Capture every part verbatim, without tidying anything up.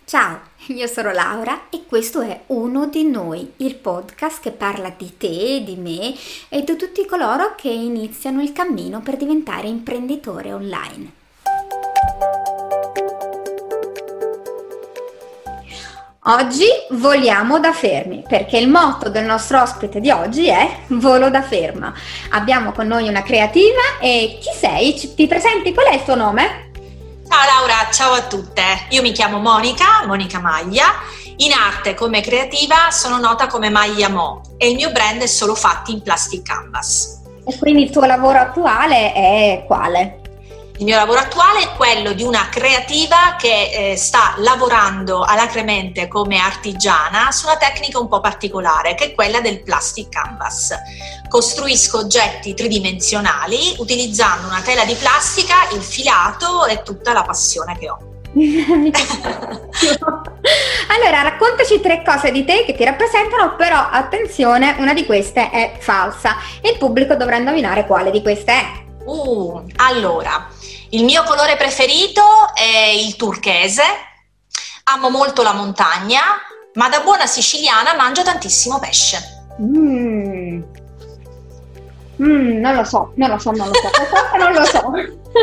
Ciao, io sono Laura e questo è Uno di Noi, il podcast che parla di te, di me e di tutti coloro che iniziano il cammino per diventare imprenditore online. Oggi voliamo da fermi, perché il motto del nostro ospite di oggi è Volo da ferma. Abbiamo con noi una creativa e chi sei? Ci- Ti presenti? Qual è il tuo nome? Ciao Laura, ciao a tutte. Io mi chiamo Monica, Monica Maglia. In arte come creativa sono nota come Maglia Mo e il mio brand è Solo Fatti in Plastic Canvas. E quindi il tuo lavoro attuale è quale? Il mio lavoro attuale è quello di una creativa che eh, sta lavorando alacremente come artigiana su una tecnica un po' particolare, che è quella del plastic canvas. Costruisco oggetti tridimensionali utilizzando una tela di plastica, il filato e tutta la passione che ho. Allora, raccontaci tre cose di te che ti rappresentano, però attenzione, una di queste è falsa e il pubblico dovrà indovinare quale di queste è. Uh, allora, il mio colore preferito è il turchese, amo molto la montagna, ma da buona siciliana mangio tantissimo pesce. Mm. Mm, non lo so, non lo so, non lo so, questa non lo so.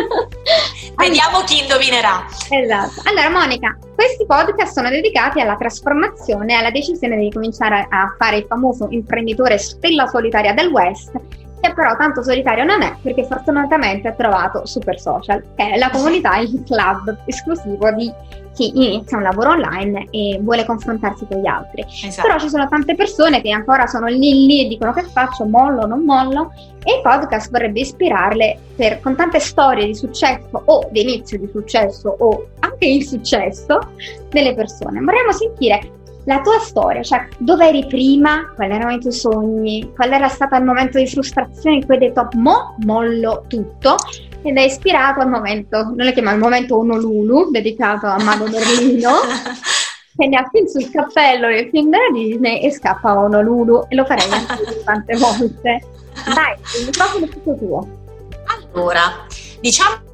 Vediamo chi indovinerà. Esatto. Allora Monica, questi podcast sono dedicati alla trasformazione e alla decisione di cominciare a fare il famoso imprenditore stella solitaria del West, che però tanto solitario non è, perché fortunatamente ha trovato Super Social, che è la comunità, il club esclusivo di chi inizia un lavoro online e vuole confrontarsi con gli altri. Esatto. Però ci sono tante persone che ancora sono lì lì e dicono: che faccio, mollo, non mollo? E il podcast vorrebbe ispirarle per, con tante storie di successo o di inizio di successo o anche insuccesso delle persone. Vorremmo sentire la tua storia, cioè dove eri prima, quali erano i tuoi sogni, qual era stato il momento di frustrazione in cui hai detto mo mollo tutto, ed è ispirato al momento, non lo chiamiamo il momento Honolulu, dedicato a Mago Merlino, che ne ha fin sul cappello nel film della Disney e scappa a Honolulu, e lo farei anche tante volte. Dai, il microfono è tutto tuo. Allora, diciamo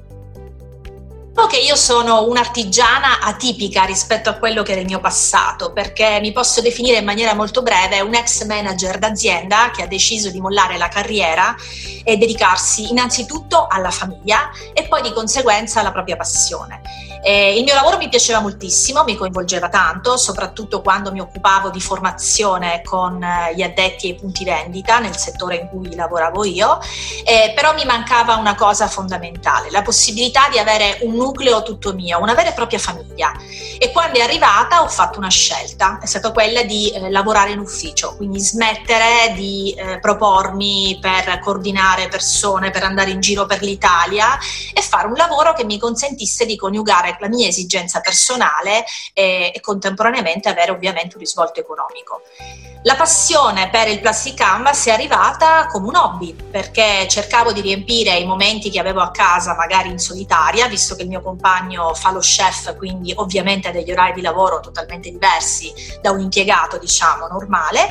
che io sono un'artigiana atipica rispetto a quello che era il mio passato, perché mi posso definire in maniera molto breve un ex manager d'azienda che ha deciso di mollare la carriera e dedicarsi innanzitutto alla famiglia e poi di conseguenza alla propria passione. Eh, il mio lavoro mi piaceva moltissimo, mi coinvolgeva tanto, soprattutto quando mi occupavo di formazione con eh, gli addetti ai punti vendita nel settore in cui lavoravo io, eh, però mi mancava una cosa fondamentale, la possibilità di avere un nucleo tutto mio, una vera e propria famiglia. E quando è arrivata ho fatto una scelta, è stata quella di eh, lavorare in ufficio, quindi smettere di eh, propormi per coordinare persone, per andare in giro per l'Italia e fare un lavoro che mi consentisse di coniugare la mia esigenza personale e, e contemporaneamente avere ovviamente un risvolto economico. La passione per il plastic canvas è arrivata come un hobby, perché cercavo di riempire i momenti che avevo a casa magari in solitaria, visto che il mio compagno fa lo chef, quindi ovviamente ha degli orari di lavoro totalmente diversi da un impiegato, diciamo, normale,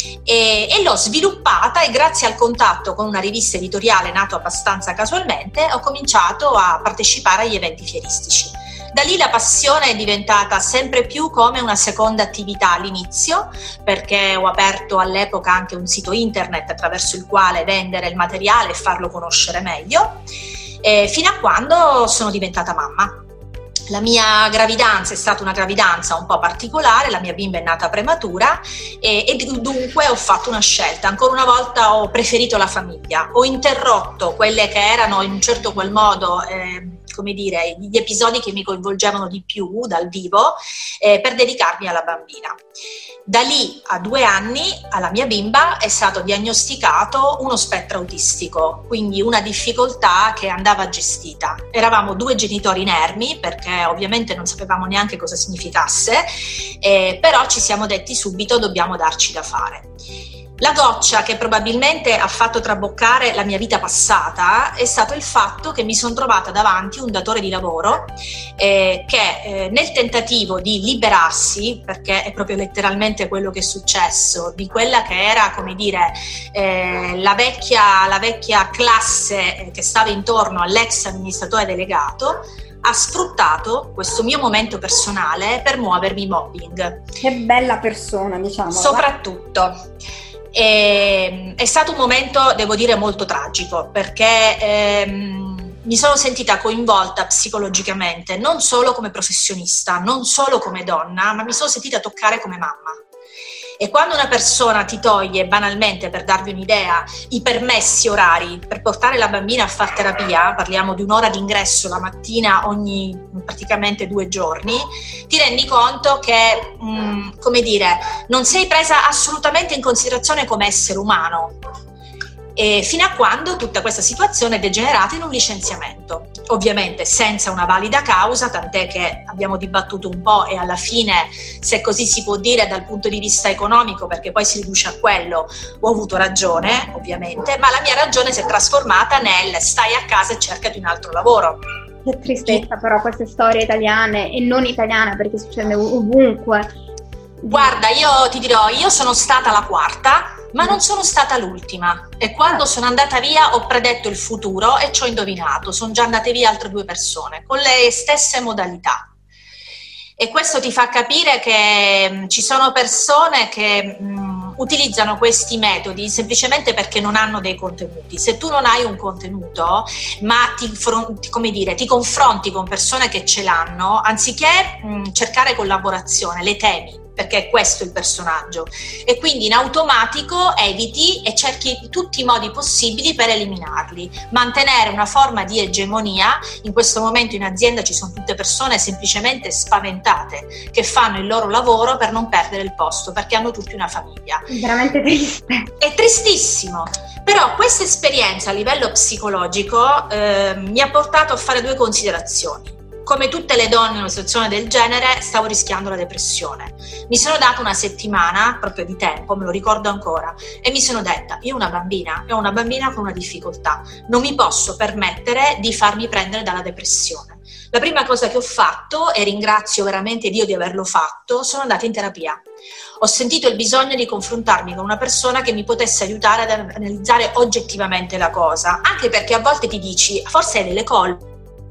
e, e l'ho sviluppata, e grazie al contatto con una rivista editoriale nato abbastanza casualmente ho cominciato a partecipare agli eventi fieristici. Da lì la passione è diventata sempre più come una seconda attività all'inizio, perché ho aperto all'epoca anche un sito internet attraverso il quale vendere il materiale e farlo conoscere meglio, eh, fino a quando sono diventata mamma. La mia gravidanza è stata una gravidanza un po' particolare, la mia bimba è nata prematura e, e dunque ho fatto una scelta. Ancora una volta ho preferito la famiglia, ho interrotto quelle che erano in un certo qual modo eh, come dire, gli episodi che mi coinvolgevano di più dal vivo eh, per dedicarmi alla bambina. Da lì a due anni alla mia bimba è stato diagnosticato uno spettro autistico, quindi una difficoltà che andava gestita. Eravamo due genitori inermi perché ovviamente non sapevamo neanche cosa significasse, eh, però ci siamo detti subito dobbiamo darci da fare. La goccia che probabilmente ha fatto traboccare la mia vita passata è stato il fatto che mi sono trovata davanti un datore di lavoro eh, che eh, nel tentativo di liberarsi, perché è proprio letteralmente quello che è successo, di quella che era, come dire, eh, la vecchia, la vecchia classe che stava intorno all'ex amministratore delegato, ha sfruttato questo mio momento personale per muovermi in mobbing. Che bella persona, diciamo. Soprattutto. E, è stato un momento, devo dire, molto tragico, perché ehm, mi sono sentita coinvolta psicologicamente, non solo come professionista, non solo come donna, ma mi sono sentita toccare come mamma. E quando una persona ti toglie, banalmente, per darvi un'idea, i permessi orari per portare la bambina a far terapia, parliamo di un'ora di ingresso la mattina ogni praticamente due giorni, ti rendi conto che, mh, come dire, non sei presa assolutamente in considerazione come essere umano. E fino a quando tutta questa situazione è degenerata in un licenziamento, ovviamente senza una valida causa, tant'è che abbiamo dibattuto un po' e alla fine, se così si può dire dal punto di vista economico, perché poi si riduce a quello, ho avuto ragione ovviamente, ma la mia ragione si è trasformata nel stai a casa e cercati un altro lavoro. Che tristezza però queste storie italiane e non italiane, perché succede ovunque. Guarda, io ti dirò, io sono stata la quarta, ma non sono stata l'ultima, e quando sono andata via ho predetto il futuro e ci ho indovinato, sono già andate via altre due persone con le stesse modalità, e questo ti fa capire che mh, ci sono persone che mh, utilizzano questi metodi semplicemente perché non hanno dei contenuti. Se tu non hai un contenuto, ma ti, come dire, ti confronti con persone che ce l'hanno, anziché mh, cercare collaborazione, le temi, perché è questo il personaggio, e quindi in automatico eviti e cerchi tutti i modi possibili per eliminarli, mantenere una forma di egemonia. In questo momento in azienda ci sono tutte persone semplicemente spaventate che fanno il loro lavoro per non perdere il posto, perché hanno tutti una famiglia. Veramente triste. È tristissimo, però questa esperienza a livello psicologico eh, mi ha portato a fare due considerazioni. Come tutte le donne in una situazione del genere, stavo rischiando la depressione. Mi sono data una settimana proprio di tempo, me lo ricordo ancora, e mi sono detta: io ho una bambina, ho una bambina con una difficoltà, non mi posso permettere di farmi prendere dalla depressione. La prima cosa che ho fatto, e ringrazio veramente Dio di averlo fatto, sono andata in terapia. Ho sentito il bisogno di confrontarmi con una persona che mi potesse aiutare ad analizzare oggettivamente la cosa, anche perché a volte ti dici, forse hai delle colpe,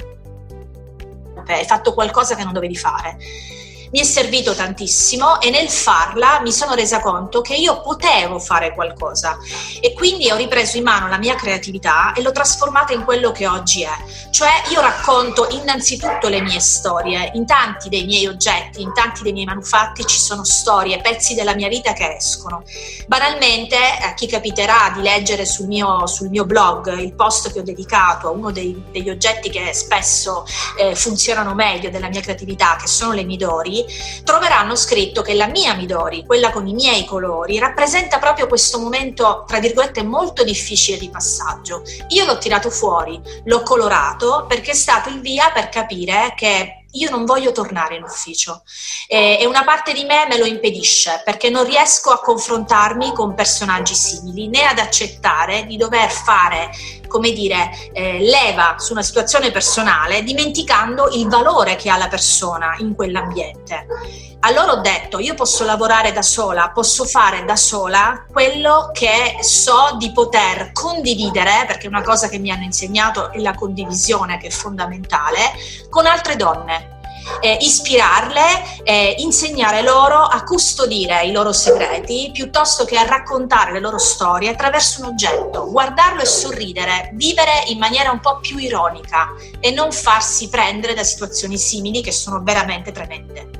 hai fatto qualcosa che non dovevi fare. Mi è servito tantissimo, e nel farla mi sono resa conto che io potevo fare qualcosa, e quindi ho ripreso in mano la mia creatività e l'ho trasformata in quello che oggi è. Cioè, io racconto innanzitutto le mie storie. In tanti dei miei oggetti, in tanti dei miei manufatti ci sono storie, pezzi della mia vita che escono. Banalmente, a chi capiterà di leggere sul mio, sul mio blog il post che ho dedicato a uno dei, degli oggetti che spesso eh, funzionano meglio della mia creatività, che sono le Midori, troveranno scritto che la mia Midori, quella con i miei colori, rappresenta proprio questo momento, tra virgolette, molto difficile di passaggio. Io l'ho tirato fuori, l'ho colorato, perché è stato il via per capire che io non voglio tornare in ufficio, e, e una parte di me me lo impedisce, perché non riesco a confrontarmi con personaggi simili, né ad accettare di dover fare, come dire, eh, leva su una situazione personale, dimenticando il valore che ha la persona in quell'ambiente. Allora ho detto, io posso lavorare da sola, posso fare da sola quello che so di poter condividere, perché una cosa che mi hanno insegnato è la condivisione, che è fondamentale, con altre donne. Eh, ispirarle, eh, insegnare loro a custodire i loro segreti, piuttosto che a raccontare le loro storie attraverso un oggetto, guardarlo e sorridere, vivere in maniera un po' più ironica e non farsi prendere da situazioni simili che sono veramente tremende.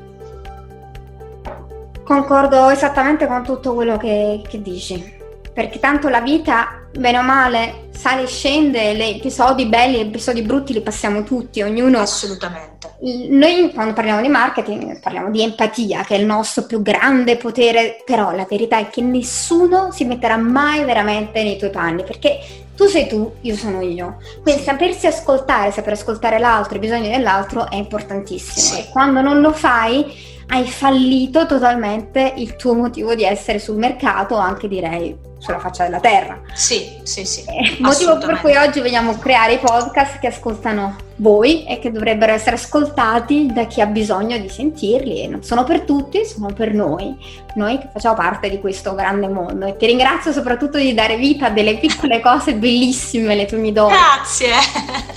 Concordo esattamente con tutto quello che, che dici, perché tanto la vita, bene o male, sale e scende, gli episodi belli e gli episodi brutti li passiamo tutti, ognuno. Assolutamente. Noi quando parliamo di marketing parliamo di empatia, che è il nostro più grande potere, però la verità è che nessuno si metterà mai veramente nei tuoi panni, perché tu sei tu, io sono io. Quindi sapersi ascoltare, saper ascoltare l'altro, i bisogni dell'altro è importantissimo. Sì. E quando non lo fai hai fallito totalmente il tuo motivo di essere sul mercato, anche direi sulla faccia della terra. Sì, sì, sì. Eh, motivo per cui oggi vogliamo creare i podcast che ascoltano voi e che dovrebbero essere ascoltati da chi ha bisogno di sentirli, e non sono per tutti, sono per noi, noi che facciamo parte di questo grande mondo. E ti ringrazio soprattutto di dare vita a delle piccole cose bellissime, le tue Midori. Grazie.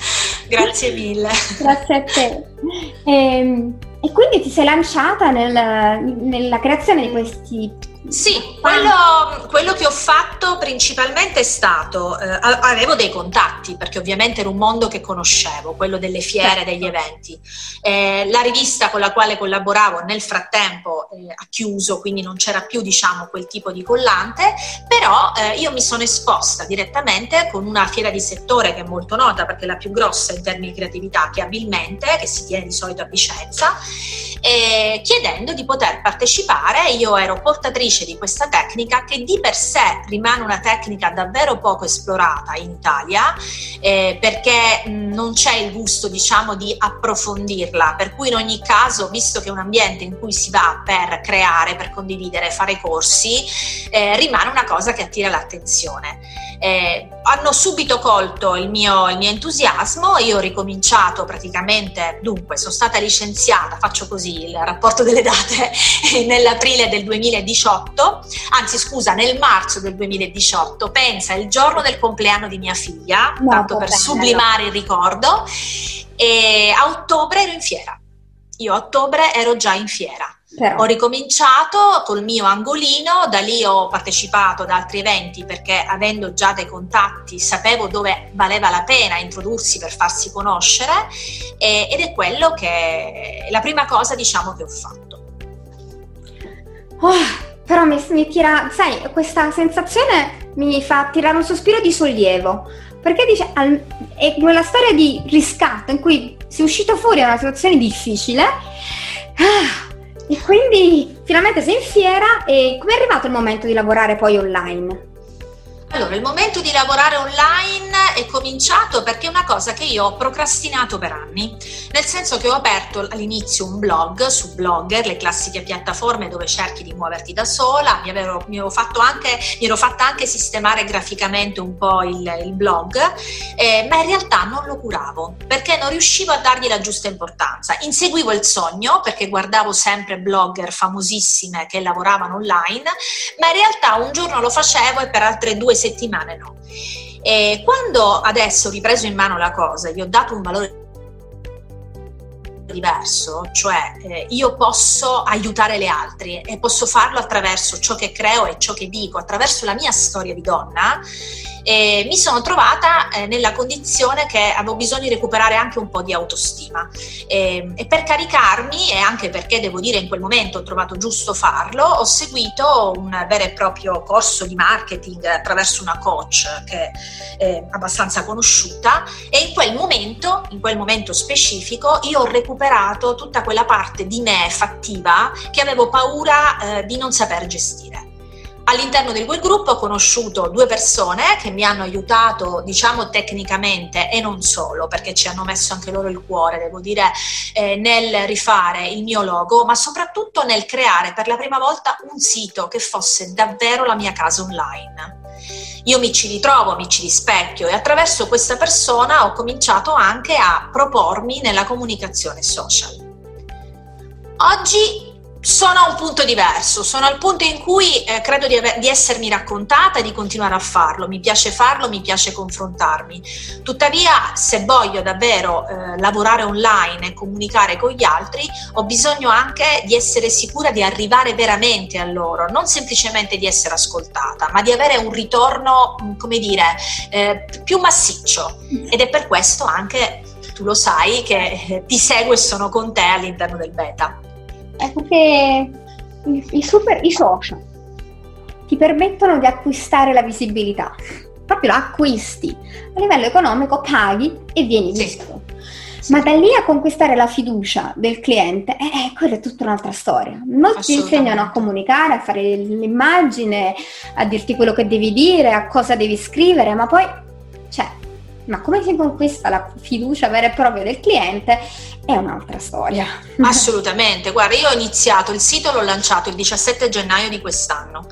Grazie mille. Grazie a te. E, e quindi ti sei lanciata nel, nella creazione di questi... Sì, quello, quello che ho fatto principalmente è stato, eh, avevo dei contatti, perché ovviamente era un mondo che conoscevo, quello delle fiere, degli eventi. Eh, la rivista con la quale collaboravo nel frattempo eh, ha chiuso, quindi non c'era più, diciamo, quel tipo di collante, però eh, io mi sono esposta direttamente con una fiera di settore che è molto nota, perché è la più grossa in termini di creatività, che è Abilmente, che si tiene di solito a Vicenza, eh, chiedendo di poter partecipare. Io ero portatrice di questa tecnica, che di per sé rimane una tecnica davvero poco esplorata in Italia, eh, perché mh, non c'è il gusto, diciamo, di approfondirla, per cui in ogni caso, visto che è un ambiente in cui si va per creare, per condividere, fare corsi, eh, rimane una cosa che attira l'attenzione. Eh, hanno subito colto il mio, il mio entusiasmo. Io ho ricominciato praticamente, dunque sono stata licenziata, faccio così il rapporto delle date, nell'aprile del duemiladiciotto, anzi scusa, nel marzo del duemiladiciotto, pensa, il giorno del compleanno di mia figlia, no, tanto per bene, sublimare no. il ricordo, e a ottobre ero in fiera. Io a ottobre ero già in fiera. Però. Ho ricominciato col mio angolino, da lì ho partecipato ad altri eventi, perché avendo già dei contatti sapevo dove valeva la pena introdursi per farsi conoscere, e, ed è quello che è la prima cosa, diciamo, che ho fatto. Oh, però mi, mi tira, sai, questa sensazione mi fa tirare un sospiro di sollievo, perché dice, al, è quella storia di riscatto in cui si è uscito fuori da una situazione difficile. Ah, e quindi finalmente sei in fiera. E come è arrivato il momento di lavorare poi online? Allora, il momento di lavorare online è cominciato perché è una cosa che io ho procrastinato per anni, nel senso che ho aperto all'inizio un blog su Blogger, le classiche piattaforme dove cerchi di muoverti da sola. Mi, avevo, mi, avevo fatto anche, mi ero fatta anche sistemare graficamente un po' il, il blog, eh, ma in realtà non lo curavo, perché non riuscivo a dargli la giusta importanza. Inseguivo il sogno, perché guardavo sempre blogger famosissime che lavoravano online, ma in realtà un giorno lo facevo e per altre due settimane no. E quando adesso ho ripreso in mano la cosa, gli ho dato un valore diverso, cioè eh, io posso aiutare le altre e posso farlo attraverso ciò che creo e ciò che dico, attraverso la mia storia di donna. E mi sono trovata eh, nella condizione che avevo bisogno di recuperare anche un po' di autostima, e, e per caricarmi, e anche perché devo dire in quel momento ho trovato giusto farlo, ho seguito un vero e proprio corso di marketing attraverso una coach che è abbastanza conosciuta, e in quel momento, in quel momento specifico, io ho recuperato tutta quella parte di me fattiva che avevo paura eh, di non saper gestire. All'interno di quel gruppo ho conosciuto due persone che mi hanno aiutato, diciamo, tecnicamente, e non solo, perché ci hanno messo anche loro il cuore, devo dire, eh, nel rifare il mio logo, ma soprattutto nel creare per la prima volta un sito che fosse davvero la mia casa online. Io mi ci ritrovo, mi ci rispecchio, e attraverso questa persona ho cominciato anche a propormi nella comunicazione social. Oggi sono a un punto diverso, sono al punto in cui eh, credo di, aver, di essermi raccontata e di continuare a farlo. Mi piace farlo, mi piace confrontarmi. Tuttavia, se voglio davvero eh, lavorare online e comunicare con gli altri, ho bisogno anche di essere sicura di arrivare veramente a loro, non semplicemente di essere ascoltata, ma di avere un ritorno, come dire, eh, più massiccio. Ed è per questo anche, tu lo sai, che eh, ti seguo e sono con te all'interno del beta. Ecco che i, i, super, i social ti permettono di acquistare la visibilità, proprio la acquisti a livello economico, paghi e vieni visto. Sì. Ma da lì a conquistare la fiducia del cliente, eh, eh, quella è tutta un'altra storia. Molti ti insegnano a comunicare, a fare l'immagine, a dirti quello che devi dire, a cosa devi scrivere, ma poi, cioè, ma come si conquista la fiducia vera e propria del cliente è un'altra storia. Assolutamente, guarda, io ho iniziato il sito, l'ho lanciato il diciassette gennaio di quest'anno.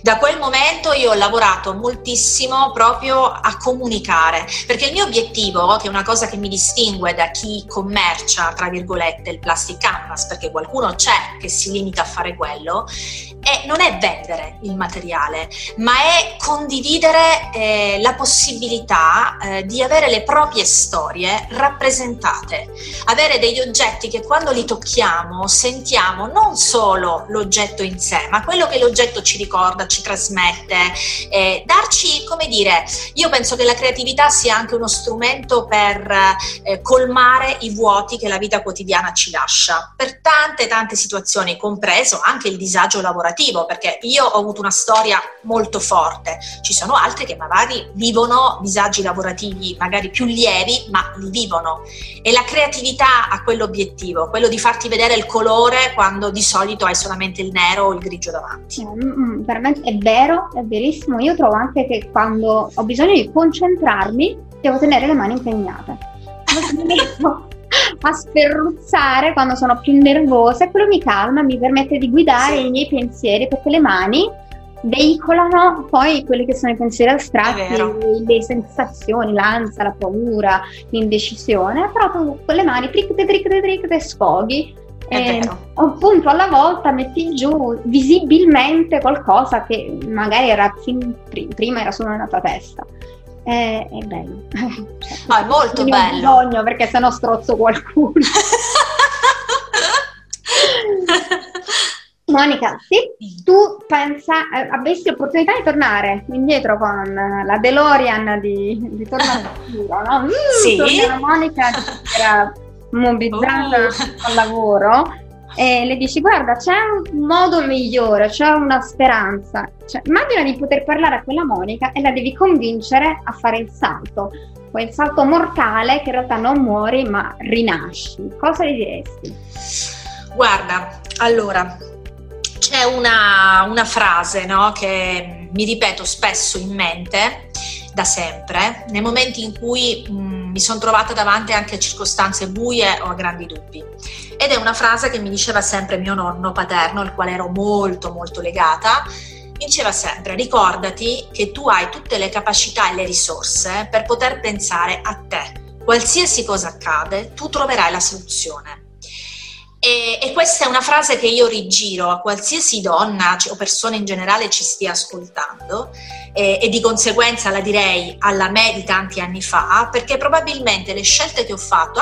Da quel momento io ho lavorato moltissimo proprio a comunicare, perché il mio obiettivo, che è una cosa che mi distingue da chi commercia, tra virgolette, il plastic canvas, perché qualcuno c'è che si limita a fare quello, è, non è vendere il materiale, ma è condividere eh, la possibilità eh, di avere le proprie storie rappresentate, avere degli oggetti che quando li tocchiamo sentiamo non solo l'oggetto in sé, ma quello che l'oggetto ci ricorda, ci trasmette, eh, darci, come dire, io penso che la creatività sia anche uno strumento per eh, colmare i vuoti che la vita quotidiana ci lascia, per tante tante situazioni, compreso anche il disagio lavorativo, perché io ho avuto una storia molto forte, ci sono altri che magari vivono disagi lavorativi magari più lievi, ma li vivono, e la creatività ha quell'obiettivo, quello di farti vedere il colore quando di solito hai solamente il nero o il grigio davanti. Mm, veramente è vero, è verissimo. Io trovo anche che quando ho bisogno di concentrarmi devo tenere le mani impegnate, a sferruzzare quando sono più nervosa, e quello mi calma, mi permette di guidare sì. i miei pensieri, perché le mani veicolano poi quelli che sono i pensieri astratti, le sensazioni, l'ansia, la paura, l'indecisione, però tu con le mani tricte tricte tricte sfoghi. E un punto alla volta metti giù visibilmente qualcosa che magari era fin, prima era solo nella tua testa. È, è bello. Cioè, ah, è molto bello. Bisogno, perché sennò strozzo qualcuno. Monica, se tu pensa, eh, avessi l'opportunità di tornare indietro con la DeLorean di, di Tornare al Futuro, no? Mm, sì. Torna Monica era mobilizzata uh. al lavoro, e le dici: guarda, c'è un modo migliore, c'è una speranza. Cioè, immagina di poter parlare a quella Monica e la devi convincere a fare il salto, quel salto mortale che in realtà non muori ma rinasci. Cosa gli diresti? Guarda, allora, c'è una, una frase, no, che mi ripeto spesso in mente da sempre, nei momenti in cui mh, mi sono trovata davanti anche a circostanze buie o a grandi dubbi, ed è una frase che mi diceva sempre mio nonno paterno, al quale ero molto molto legata. Mi diceva sempre: ricordati che tu hai tutte le capacità e le risorse per poter pensare a te, qualsiasi cosa accade tu troverai la soluzione. E, e questa è una frase che io rigiro a qualsiasi donna o persona in generale ci stia ascoltando, e, e di conseguenza la direi alla me di tanti anni fa, perché probabilmente le scelte che ho fatto,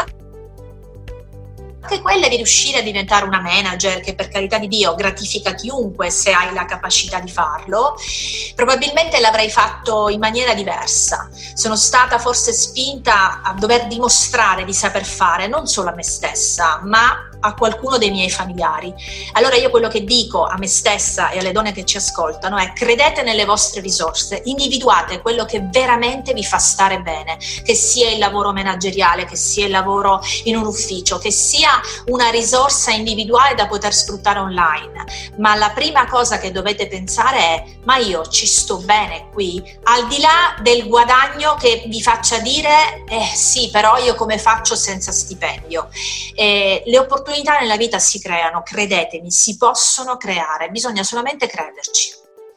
anche quelle di riuscire a diventare una manager, che per carità di Dio gratifica chiunque se hai la capacità di farlo, probabilmente l'avrei fatto in maniera diversa. Sono stata forse spinta a dover dimostrare di saper fare non solo a me stessa, ma a qualcuno dei miei familiari. Allora io quello che dico a me stessa e alle donne che ci ascoltano è: credete nelle vostre risorse, individuate quello che veramente vi fa stare bene, che sia il lavoro manageriale, che sia il lavoro in un ufficio, che sia una risorsa individuale da poter sfruttare online, ma la prima cosa che dovete pensare è: ma io ci sto bene qui? Al di là del guadagno che vi faccia dire eh sì, però io come faccio senza stipendio? Eh, le opportunità nella vita si creano, credetemi, si possono creare, bisogna solamente crederci.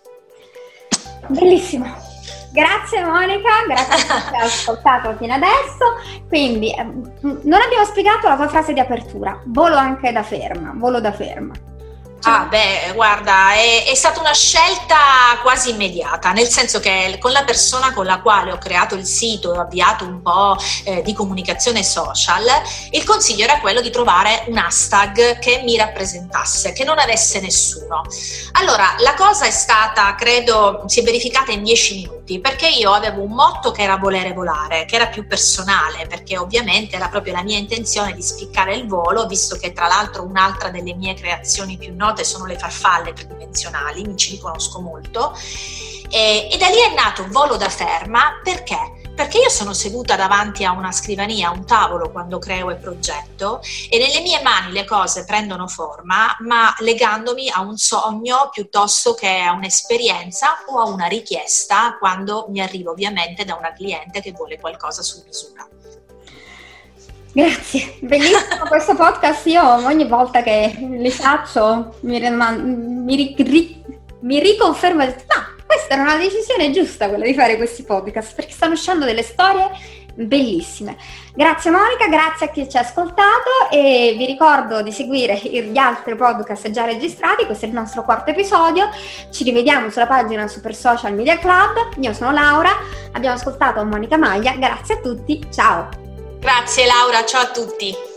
Bellissimo, grazie Monica, grazie per aver ascoltato fino adesso. Quindi eh, non abbiamo spiegato la tua frase di apertura: volo anche da ferma, volo da ferma. Ah beh, guarda, è, è stata una scelta quasi immediata, nel senso che con la persona con la quale ho creato il sito e ho avviato un po' eh, di comunicazione social, il consiglio era quello di trovare un hashtag che mi rappresentasse, che non avesse nessuno. Allora, la cosa è stata, credo, si è verificata in dieci minuti, perché io avevo un motto che era volere volare, che era più personale, perché ovviamente era proprio la mia intenzione di spiccare il volo, visto che tra l'altro un'altra delle mie creazioni più note sono le farfalle tridimensionali, mi ci riconosco molto, e, e da lì è nato Volo da ferma. Perché? Perché io sono seduta davanti a una scrivania, a un tavolo quando creo e progetto, e nelle mie mani le cose prendono forma, ma legandomi a un sogno piuttosto che a un'esperienza o a una richiesta, quando mi arriva ovviamente da una cliente che vuole qualcosa su misura. Grazie, bellissimo questo podcast. Io ogni volta che li faccio mi, riman- mi ri- ri- mi riconfermo, no, questa era una decisione giusta quella di fare questi podcast, perché stanno uscendo delle storie bellissime. Grazie Monica, grazie a chi ci ha ascoltato e vi ricordo di seguire gli altri podcast già registrati. Questo è il nostro quarto episodio, ci rivediamo sulla pagina Super Social Media Club. Io sono Laura, abbiamo ascoltato Monica Maglia, grazie a tutti, ciao. Grazie Laura, ciao a tutti.